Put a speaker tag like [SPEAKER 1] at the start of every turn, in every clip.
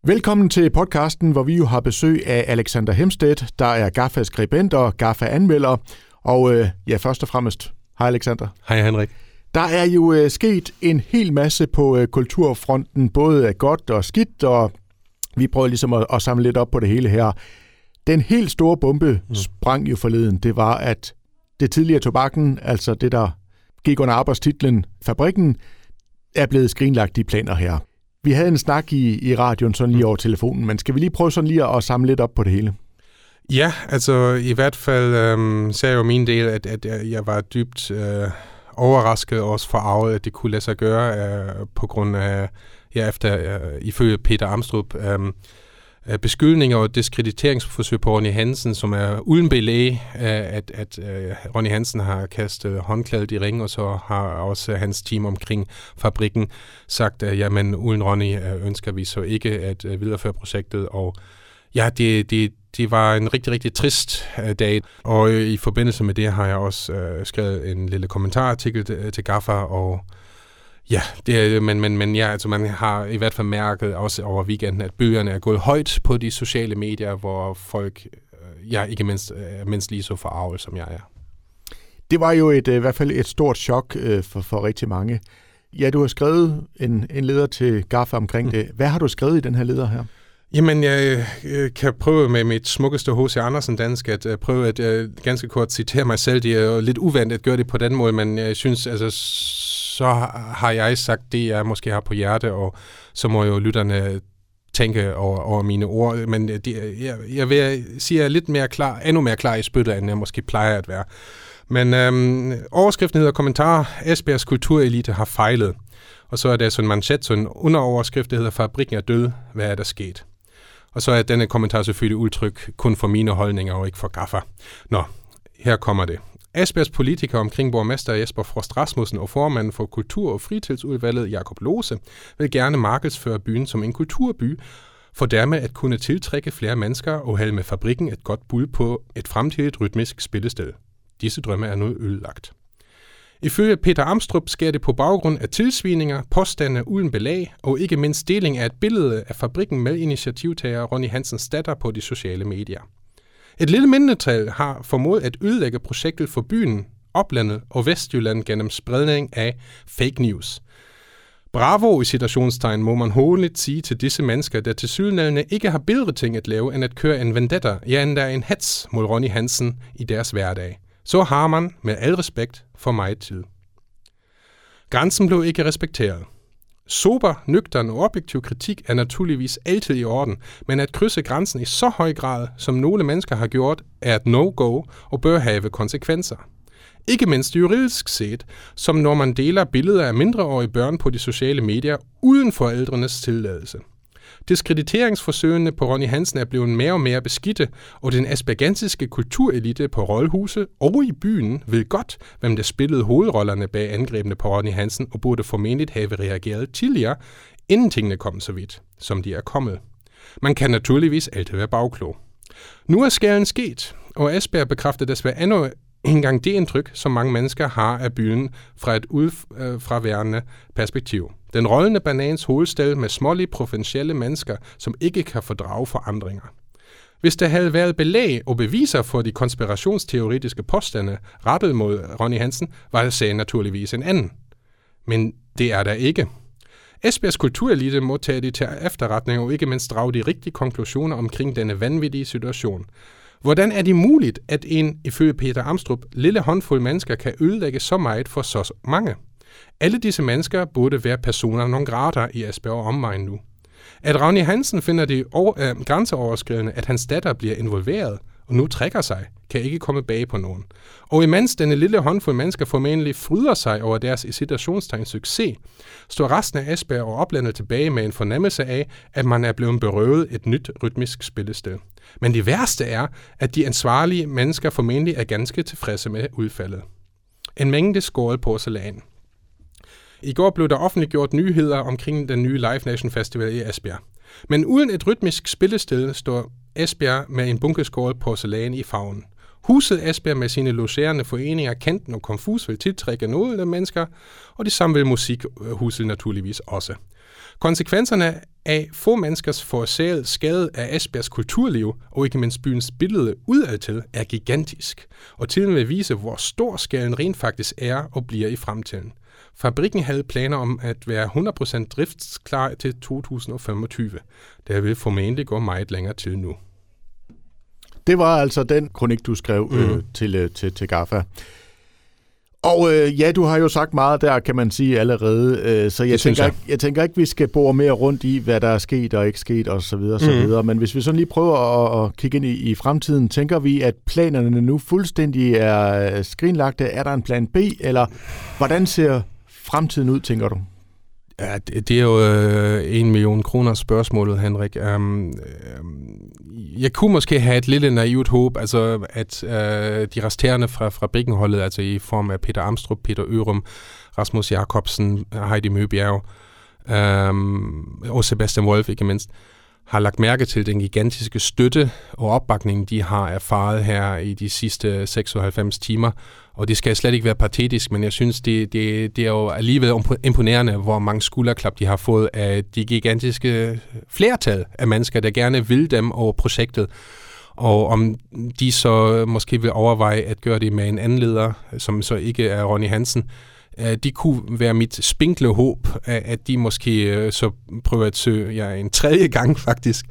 [SPEAKER 1] Velkommen til podcasten, hvor vi jo har besøg af Alexander Hemstedt, der er GAFFA-skribent og GAFFA-anmelder. Og først og fremmest, hej Alexander.
[SPEAKER 2] Hej Henrik.
[SPEAKER 1] Der er jo sket en hel masse på kulturfronten, både godt og skidt, og vi prøver ligesom at samle lidt op på det hele her. Den helt store bombe sprang jo forleden. Det var, at det tidligere Tobakken, altså det, der gik under arbejdstitlen Fabrikken, er blevet skrinlagt i planer her. Vi havde en snak i radioen sådan lige over telefonen, men skal vi lige prøve sådan lige at samle lidt op på det hele?
[SPEAKER 2] Ja, altså i hvert fald ser jeg jo min del, at jeg var dybt overrasket og også forarvet, at det kunne lade sig gøre på grund af, ifølge Peter Amstrup, beskyldninger og diskrediteringsforsøg på Ronny Hansen, som er uden belæg, at Ronny Hansen har kastet håndklædet i ring, og så har også hans team omkring Fabrikken sagt, at jamen, uden Ronny ønsker vi så ikke at videreføre projektet. Og ja, det var en rigtig, rigtig trist dag, og i forbindelse med det har jeg også skrevet en lille kommentarartikel til GAFFA, og ja, men ja, altså man har i hvert fald mærket også over weekenden, at bøgerne er gået højt på de sociale medier, hvor folk, ikke mindst lige så forarvet, som jeg er.
[SPEAKER 1] Det var jo i hvert fald et stort chok for rigtig mange. Ja, du har skrevet en leder til GAFFA omkring det. Hvad har du skrevet i den her leder her?
[SPEAKER 2] Jamen, jeg kan prøve med mit smukkeste H.C. Andersen dansk at prøve at ganske kort citere mig selv. Det er jo lidt uvandt at gøre det på den måde, men jeg synes, altså, så har jeg sagt det, jeg måske har på hjerte, og så må jo lytterne tænke over mine ord. Men jeg vil sige, at jeg er lidt mere klar, endnu mere klar i spyttet, end jeg måske plejer at være. Men overskriften hedder kommentar: Esbjergs kulturelite har fejlet. Og så er der sådan en manchet, sådan en underoverskrift, der hedder Fabrikken er død. Hvad er der sket? Og så er denne kommentar selvfølgelig udtryk kun for mine holdninger og ikke for GAFFA. Nå, her kommer det. Esbjergs politikere omkring borgmester Jesper Frost Rasmussen og formanden for Kultur- og Fritidsudvalget Jakob Lose vil gerne markedsføre byen som en kulturby, for dermed at kunne tiltrække flere mennesker og have med Fabrikken et godt bud på et fremtidigt rytmisk spillested. Disse drømme er nu ødelagt. Ifølge Peter Amstrup sker det på baggrund af tilsvininger, påstande uden belag og ikke mindst deling af et billede af Fabrikken med initiativtager Ronny Hansens datter på de sociale medier. Et lille mindretal har formået at ødelægge projektet for byen, oplandet og Vestjylland gennem spredning af fake news. Bravo i citationstegn må man hånligt sige til disse mennesker, der tilsyneladende ikke har bedre ting at lave end at køre en vendetta, ja endda en hets mod Ronny Hansen i deres hverdag. Så har man, med al respekt, for meget tid. Grænsen blev ikke respekteret. Sober, nøgtern og objektiv kritik er naturligvis altid i orden, men at krydse grænsen i så høj grad, som nogle mennesker har gjort, er et no-go og bør have konsekvenser. Ikke mindst juridisk set, som når man deler billeder af mindreårige børn på de sociale medier uden forældrenes tilladelse. Diskrediteringsforsøgene på Ronny Hansen er blevet mere og mere beskidte, og den aspergensiske kulturelite på Rådhuset og i byen ved godt, hvem der spillede hovedrollerne bag angrebene på Ronny Hansen og burde formentlig have reageret tidligere, inden tingene kom så vidt, som de er kommet. Man kan naturligvis altid være bagklog. Nu er skæren sket, og Esbjerg bekræfter desværre endnu engang det indtryk, som mange mennesker har af byen fra et udfraværende perspektiv. Den rådne banans hovedstad med smålige provincielle mennesker, som ikke kan fordrage forandringer. Hvis der havde været belæg og beviser for de konspirationsteoretiske påstande rettet mod Ronny Hansen, var sagen naturligvis en anden. Men det er der ikke. Esbjergs kulturelite må tage det til efterretning og ikke mindst drage de rigtige konklusioner omkring denne vanvittige situation. Hvordan er det muligt, at en, ifølge Peter Amstrup, lille håndfuld mennesker kan ødelægge så meget for så mange? Alle disse mennesker burde være personer non grata i Esbjerg og omegn nu. At Ronny Hansen finder det grænseoverskridende, at hans datter bliver involveret og nu trækker sig, kan ikke komme bag på nogen. Og imens denne lille håndfuld mennesker formentlig fryder sig over deres i citationstegn succes, står resten af Esbjerg og oplandet tilbage med en fornemmelse af, at man er blevet berøvet et nyt rytmisk spillested. Men det værste er, at de ansvarlige mennesker formentlig er ganske tilfredse med udfaldet. En mængde skåret porcelæn. I går blev der offentliggjort nyheder omkring den nye Live Nation Festival i Esbjerg. Men uden et rytmisk spillested står Esbjerg med en bunkeskåret porcelæn i favnen. Huset Esbjerg med sine logerende foreninger Kanten og Konfus vil tiltrække nogle af mennesker, og det samme vil musikhuset naturligvis også. Konsekvenserne af få menneskers forårsaget skade af Esbjergs kulturliv, og ikke mindst byens billede udadtil, er gigantisk, og tiden vil vise, hvor stor skalen rent faktisk er og bliver i fremtiden. Fabrikken havde planer om at være 100% driftsklar til 2025. Det vil formentlig gå meget længere tid nu.
[SPEAKER 1] Det var altså den kronik, du skrev til GAFA. Og ja, du har jo sagt meget der, kan man sige allerede, så jeg tænker ikke, vi skal bore mere rundt i, hvad der er sket og ikke sket osv. Men hvis vi sådan lige prøver at kigge ind i fremtiden, tænker vi, at planerne nu fuldstændig er skrinlagte? Er der en plan B, eller hvordan ser fremtiden ud, tænker du?
[SPEAKER 2] Ja, det er jo 1 million kroner spørgsmålet, Henrik. Jeg kunne måske have et lille naivt håb, altså at de resterende fra Briggenholdet, altså i form af Peter Amstrup, Peter Ørum, Rasmus Jakobsen, Heidi Møbjerg og Sebastian Wolf ikke mindst, har lagt mærke til den gigantiske støtte og opbakning, de har erfaret her i de sidste 96 timer. Og det skal slet ikke være patetisk, men jeg synes, det er jo alligevel imponerende, hvor mange skulderklap de har fået af de gigantiske flertal af mennesker, der gerne vil dem over projektet. Og om de så måske vil overveje at gøre det med en anden leder, som så ikke er Ronny Hansen, de kunne være mit spinkle håb, at de måske så prøver at søge en tredje gang faktisk.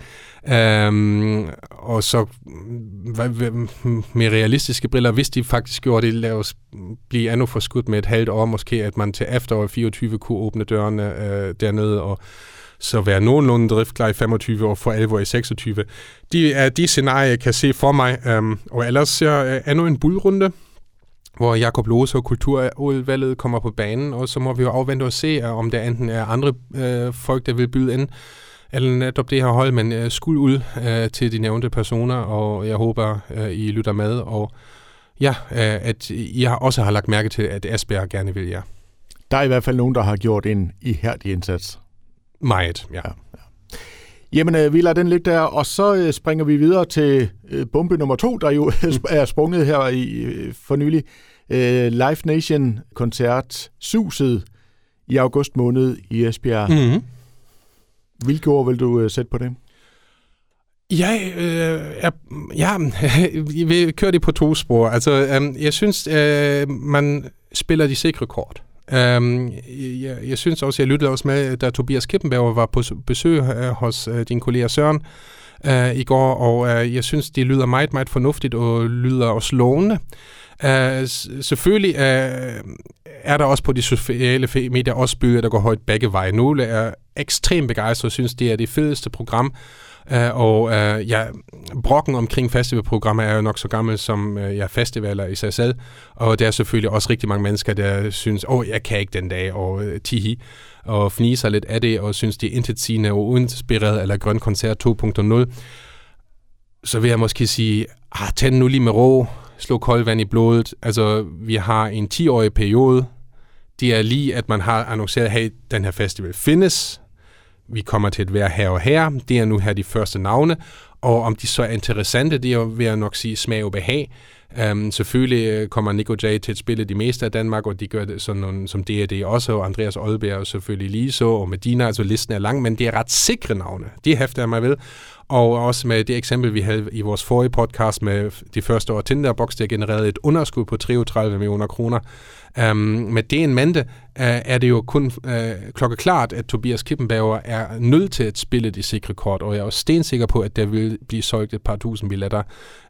[SPEAKER 2] Og så med realistiske briller, hvis de faktisk gjorde det, lad os blive endnu forskudt med et halvt år, måske at man til efteråret 24 kunne åbne dørene dernede, og så være nogenlunde driftklar i 25 og for alvor i 26. De scenarier, jeg kan se for mig, og ellers ser endnu en budrunde, hvor Jakob Lose og Kulturudvalget kommer på banen, og så må vi jo afvente og se, om der enten er andre folk, der vil byde ind, eller netop det her hold, men skud ud til de nævnte personer, og jeg håber, I lytter med, og ja, at I også har lagt mærke til, at Esbjerg gerne vil jer.
[SPEAKER 1] Der er i hvert fald nogen, der har gjort en ihærdig indsats.
[SPEAKER 2] Meget, ja.
[SPEAKER 1] Jamen, vi lader den ligge der, og så springer vi videre til bombe nummer 2, der jo er sprunget her for nylig. Live Nation-koncert Suset i august måned i Esbjerg. Mm-hmm. Hvilke ord vil du sætte på det?
[SPEAKER 2] Jeg vil køre det på 2 spor. Altså, jeg synes, man spiller de sikre kort. Jeg synes også, jeg lyttede også med, da Tobias Kippenberger var på besøg hos din kollega Søren i går, og jeg synes, det lyder meget, meget fornuftigt og lyder også lovende. Selvfølgelig er der også på de sociale medier også byer, der går højt begge veje. Nogle er ekstremt begejstrede og synes, det er det fedeste program. Brokken omkring festivalprogrammer er jo nok så gammel som festivaler i sig selv, og der er selvfølgelig også rigtig mange mennesker, der synes, jeg kan ikke den dag, og tihi, og fniser lidt af det, og synes, det er intetsigende og uinspireret, eller Grøn Koncert 2.0. Så vil jeg måske sige, tag nu lige med ro, slå koldt vand i blodet. Altså, vi har en 10-årig periode. Det er lige, at man har annonceret, hey, den her festival findes. Vi kommer til at være her og her. Det er nu her de første navne. Og om de så er interessante, det er vil jeg nok sige smag og behag. Selvfølgelig kommer Nico J til at spille de meste af Danmark, og de gør det sådan nogle, som D&D også, og Andreas Oldberg og selvfølgelig lige så, og Medina, altså listen er lang, men det er ret sikre navne. Det hæfter jeg mig ved. Og også med det eksempel, vi havde i vores forrige podcast med de første år Tinderbox, der genererede et underskud på 33 millioner kroner. Med det en mente er det jo kun klokkeklart, at Tobias Kippenberger er nødt til at spille de sikre kort, og jeg er også stensikker på, at der vil blive solgt et par tusind billetter.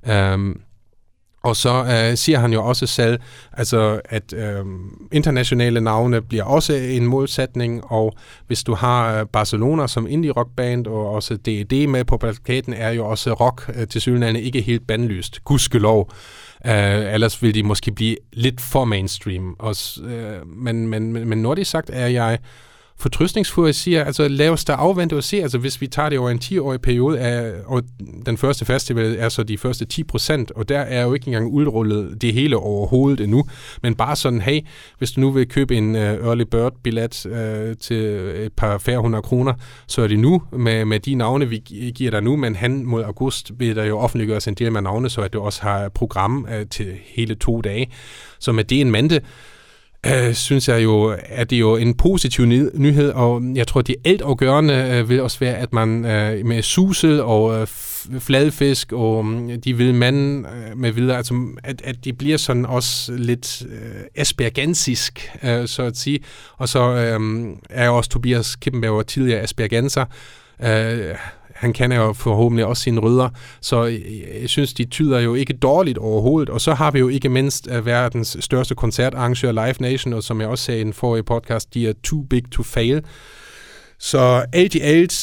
[SPEAKER 2] Og så siger han jo også selv, altså, at internationale navne bliver også en målsætning, og hvis du har Barcelona som indie-rockband, og også D&D med på plakaten, er jo også rock til synligheden ikke helt bandlyst. Gudskelov. Ellers vil de måske blive lidt for mainstream. Men når det sagt, er jeg fortrøstningsfuld, jeg siger, altså lad os da afvente og se, altså hvis vi tager det over en 10-årig periode, og den første festival er så de første 10%, og der er jo ikke engang udrullet det hele overhovedet endnu, men bare sådan, hey, hvis du nu vil købe en early bird billet til et par 400 kroner, så er det nu med de navne, vi giver dig nu, men hen mod august vil der jo offentliggøres en del med navne, så at du også har program til hele 2 dage. Så med det en mente, synes jeg jo, at det er jo en positiv nyhed, og jeg tror, det altafgørende vil også være, at man med susel og fladfisk og de vilde mand med videre, altså at de bliver sådan også lidt aspergensisk, så at sige. Og så er jo også Tobias Kippenberger tidligere aspergenser. Han kender jo forhåbentlig også sine rødder, så jeg synes, de tyder jo ikke dårligt overhovedet. Og så har vi jo ikke mindst verdens største koncertarrangør, Live Nation, og som jeg også sagde i den forrige podcast, de er too big to fail. Så alt i alt,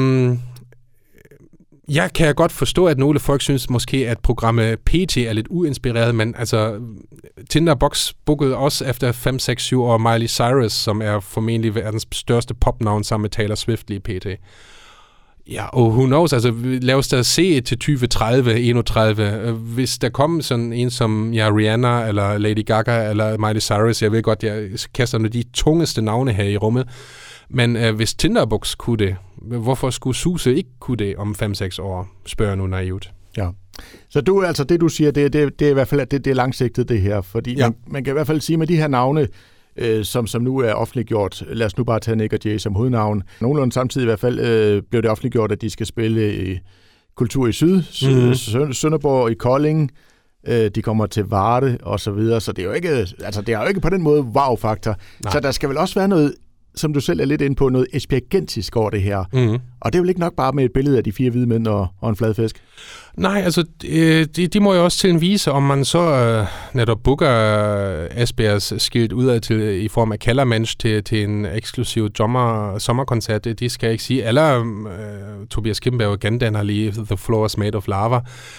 [SPEAKER 2] jeg kan godt forstå, at nogle folk synes måske, at programmet PT er lidt uinspireret, men altså Tinderbox bookede også efter 5, 6, 7 år Miley Cyrus, som er formentlig verdens største popnavn sammen med Taylor Swift lige PT. Ja, og who knows, altså lad os da se til 2030, 31. Hvis der kommer sådan en som Rihanna, eller Lady Gaga, eller Miley Cyrus, jeg ved godt, jeg kaster med de tungeste navne her i rummet, men hvis Tinderbox kunne det, hvorfor skulle Suse ikke kunne det om 5-6 år, spørger nu naivt.
[SPEAKER 1] Ja, så det du siger, det er i hvert fald, at det er langsigtet det her, fordi man kan i hvert fald sige med de her navne, som nu er offentliggjort. Lad os nu bare tage Nick og Jay som hovednavn. Nogenlunde samtidig i hvert fald blev det offentliggjort, at de skal spille i Kultur i Syd, Sønderborg i Kolding, de kommer til Varde og så videre, så det er jo ikke, altså det er jo ikke på den måde wow-faktor. Nej. Så der skal vel også være noget, som du selv er lidt inde på, noget esbjergentisk over det her. Mm-hmm. Og det er vel ikke nok bare med et billede af de 4 hvide mænd og en fladfisk?
[SPEAKER 2] Nej, altså de må jo også til en vise, om man så netop booker Esbjergs skilt udad til i form af Kellermensch til en eksklusiv sommerkoncert, det skal jeg ikke sige. Eller Tobias Kippenberger gendanner lige The Floor is Made of Lava.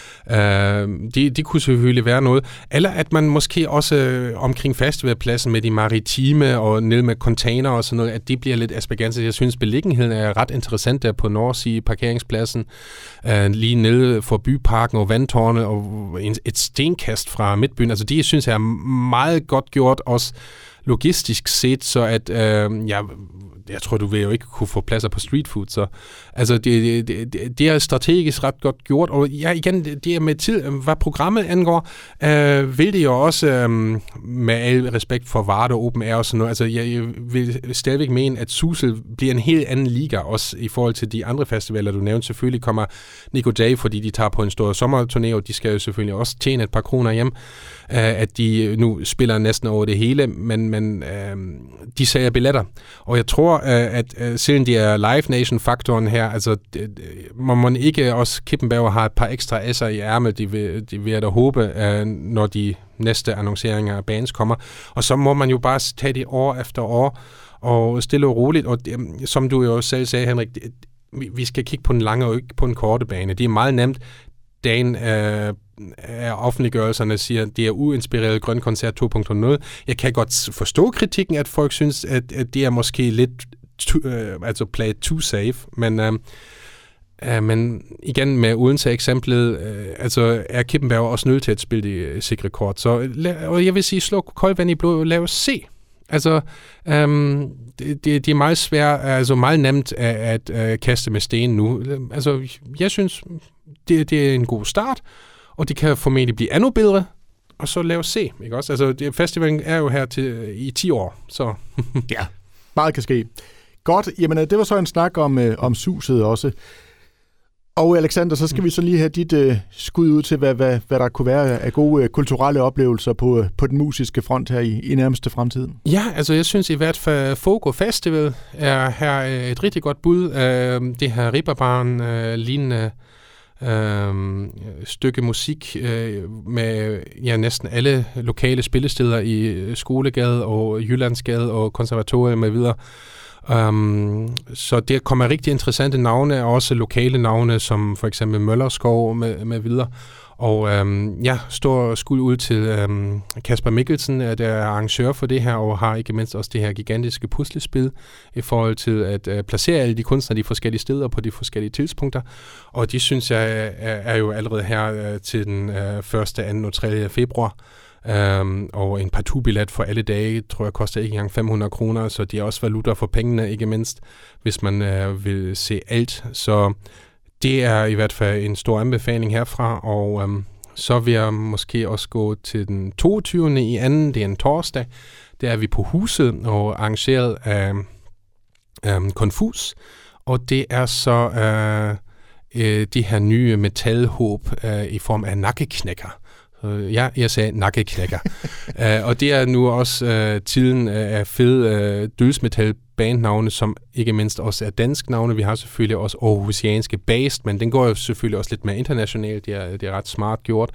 [SPEAKER 2] De kunne selvfølgelig være noget. Eller at man måske også omkring festivalpladsen med de maritime og ned med container og sådan noget, at de bliver lidt aspergenser. Jeg synes, beliggenheden er ret interessant der på Nordside parkeringspladsen, lige nede for byparken og vandtårne og et stenkast fra Midtbyen. Altså de synes jeg er meget godt gjort også logistisk set, så at jeg tror, du vil jo ikke kunne få pladser på street food, så altså det er strategisk ret godt gjort, og igen, det er med tid, hvad programmet angår, vil det jo også, med al respekt for Varde og Open Air og sådan noget, altså jeg vil stadigvæk mene, at Susel bliver en helt anden liga, også i forhold til de andre festivaler, du nævnte. Selvfølgelig kommer Nick og Jay, fordi de tager på en stor sommerturné, og de skal jo selvfølgelig også tjene et par kroner hjem, at de nu spiller næsten over det hele, men de sælger billetter, og jeg tror, at selvom det er Live Nation-faktoren her, altså må man ikke også Kippenberger har et par ekstra S'er i ærmet, de vil da håbe, når de næste annonceringer af bands kommer, og så må man jo bare tage det år efter år, og stille og roligt, og som du jo selv sagde, Henrik, vi skal kigge på den lange og ikke på den korte bane. Det er meget nemt. Dagen af offentliggørelserne siger, at det er uinspireret Grøn Koncert 2.0. Jeg kan godt forstå kritikken, at folk synes, at det er måske lidt altså play it too safe, men igen med Odense eksemplet, altså er Kippenberger også nødt til at spille de sikre kort. Så, og jeg vil sige, slå koldt vand i blod, lad os se. Altså, det er meget svært, altså meget nemt at kaste med sten nu. Altså, jeg synes, det er en god start, og det kan formentlig blive endnu bedre, og så lad os se, ikke også? Altså, festivalen er jo her i 10 år, så...
[SPEAKER 1] Ja, meget kan ske. Godt, jamen det var så en snak om Suset også. Og Alexander, så skal vi så lige have dit skud ud til, hvad der kunne være af gode kulturelle oplevelser på den musiske front her i nærmeste fremtid.
[SPEAKER 2] Ja, altså jeg synes i hvert fald Fogo Festival er her et rigtig godt bud. Det her Ribberbaren lignende stykke musik med næsten alle lokale spillesteder i Skolegade og Jyllandsgade og Konservatorium med videre. Så der kommer rigtig interessante navne, og også lokale navne, som for eksempel Møllerskov med videre. Og stor skud ud til Kasper Mikkelsen, der er arrangør for det her, og har ikke mindst også det her gigantiske puslespil i forhold til at placere alle de kunstnere de forskellige steder på de forskellige tidspunkter. Og de synes jeg er jo allerede her til den 1., 2. og 3. februar. Og en partout-billet for alle dage, tror jeg, koster ikke engang 500 kroner, så de er også valuta for pengene, ikke mindst, hvis man vil se alt. Så det er i hvert fald en stor anbefaling herfra, og så vil jeg måske også gå til den 22. i anden, det er en torsdag. der er vi på Huset og arrangeret af Confus, og det er så de her nye metalhåb i form af nakkeknækker. Ja, jeg sagde nakkeknækker. Og det er nu også tiden af fede dødsmetal-bandnavne, som ikke mindst også er dansk navne. Vi har selvfølgelig også aarhusianske Based, men den går jo selvfølgelig også lidt mere internationalt. Det er ret smart gjort.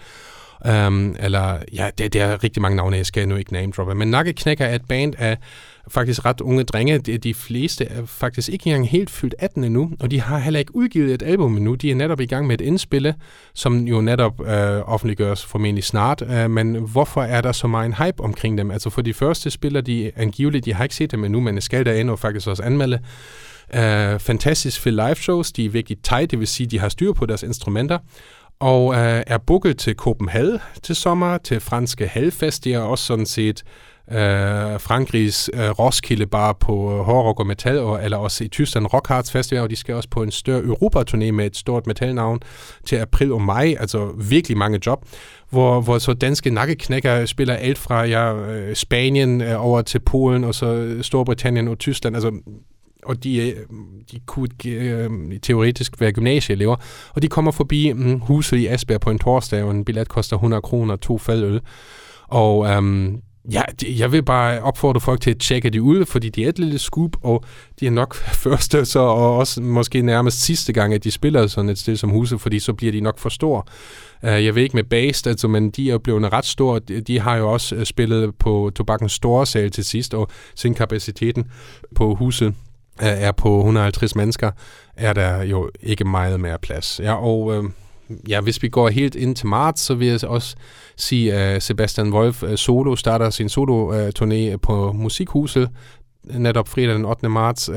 [SPEAKER 2] Det er rigtig mange navne, jeg skal nu ikke name-droppe. Men Nakkeknækker er et band af faktisk ret unge drenge. De fleste er faktisk ikke engang helt fyldt 18 endnu, og de har heller ikke udgivet et album endnu. De er netop i gang med et indspille, som jo netop offentliggøres formentlig snart. Men hvorfor er der så meget hype omkring dem? Altså for de første spiller de angiveligt, de har ikke set dem endnu, men jeg skal derinde og faktisk også anmelde. Fantastisk fede live shows, de er virkelig tight, det vil sige, de har styr på deres instrumenter. Og er booket til Copenhagen til sommer, til franske Hellfest. Det er også sådan set Frankrigs Roskilde bare på hårdrock og metal, eller også i Tyskland Rockhards Festival, og de skal også på en større Europa-turné med et stort metalnavn til april og maj, altså virkelig mange job, hvor så danske nakkeknækker spiller alt fra Spanien over til Polen, og så Storbritannien og Tyskland, altså. Og de kunne teoretisk være gymnasieelever, og de kommer forbi Huset i Esbjerg på en torsdag, og en billet koster 100 kroner, 2 fadøl. Og jeg vil bare opfordre folk til at tjekke det ud, fordi det er et lille scoop, og de er nok første, så og også måske nærmest sidste gang, at de spiller sådan et sted som Huset, fordi så bliver de nok for store. Jeg ved ikke med Based, altså, men de er blevet ret store. De har jo også spillet på Tobakkens store sal til sidst, og sin kapaciteten på Huset er på 150 mennesker, er der jo ikke meget mere plads. Ja, og hvis vi går helt ind til marts, så vil jeg også sige, at Sebastian Wolf solo starter sin solo-turné på Musikhuset, netop fredag den 8. marts.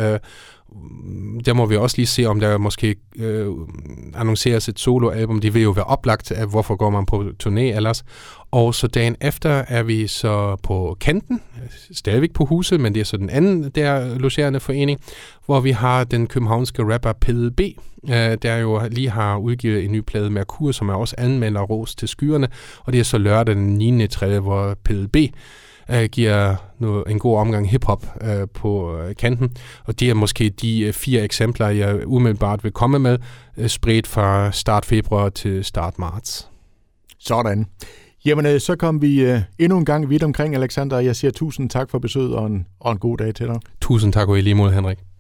[SPEAKER 2] Der må vi også lige se, om der måske annonceres et soloalbum. Det vil jo være oplagt af, hvorfor går man på turné ellers. Og så dagen efter er vi så på Kanten, stadigvæk på Huset, men det er så den anden der logerende forening, hvor vi har den københavnske rapper PDB, der jo lige har udgivet en ny plade Merkur, som er også anmelder ros til skyerne, og det er så lørdag den 9.3., hvor PDB giver en god omgang hiphop på Kanten, og det er måske de 4 eksempler, jeg umiddelbart vil komme med, spredt fra start februar til start marts.
[SPEAKER 1] Sådan. Jamen, så kom vi endnu en gang vidt omkring, Alexander. Jeg siger tusind tak for besøget, og en god dag til dig.
[SPEAKER 2] Tusind tak, og i lige måde, Henrik.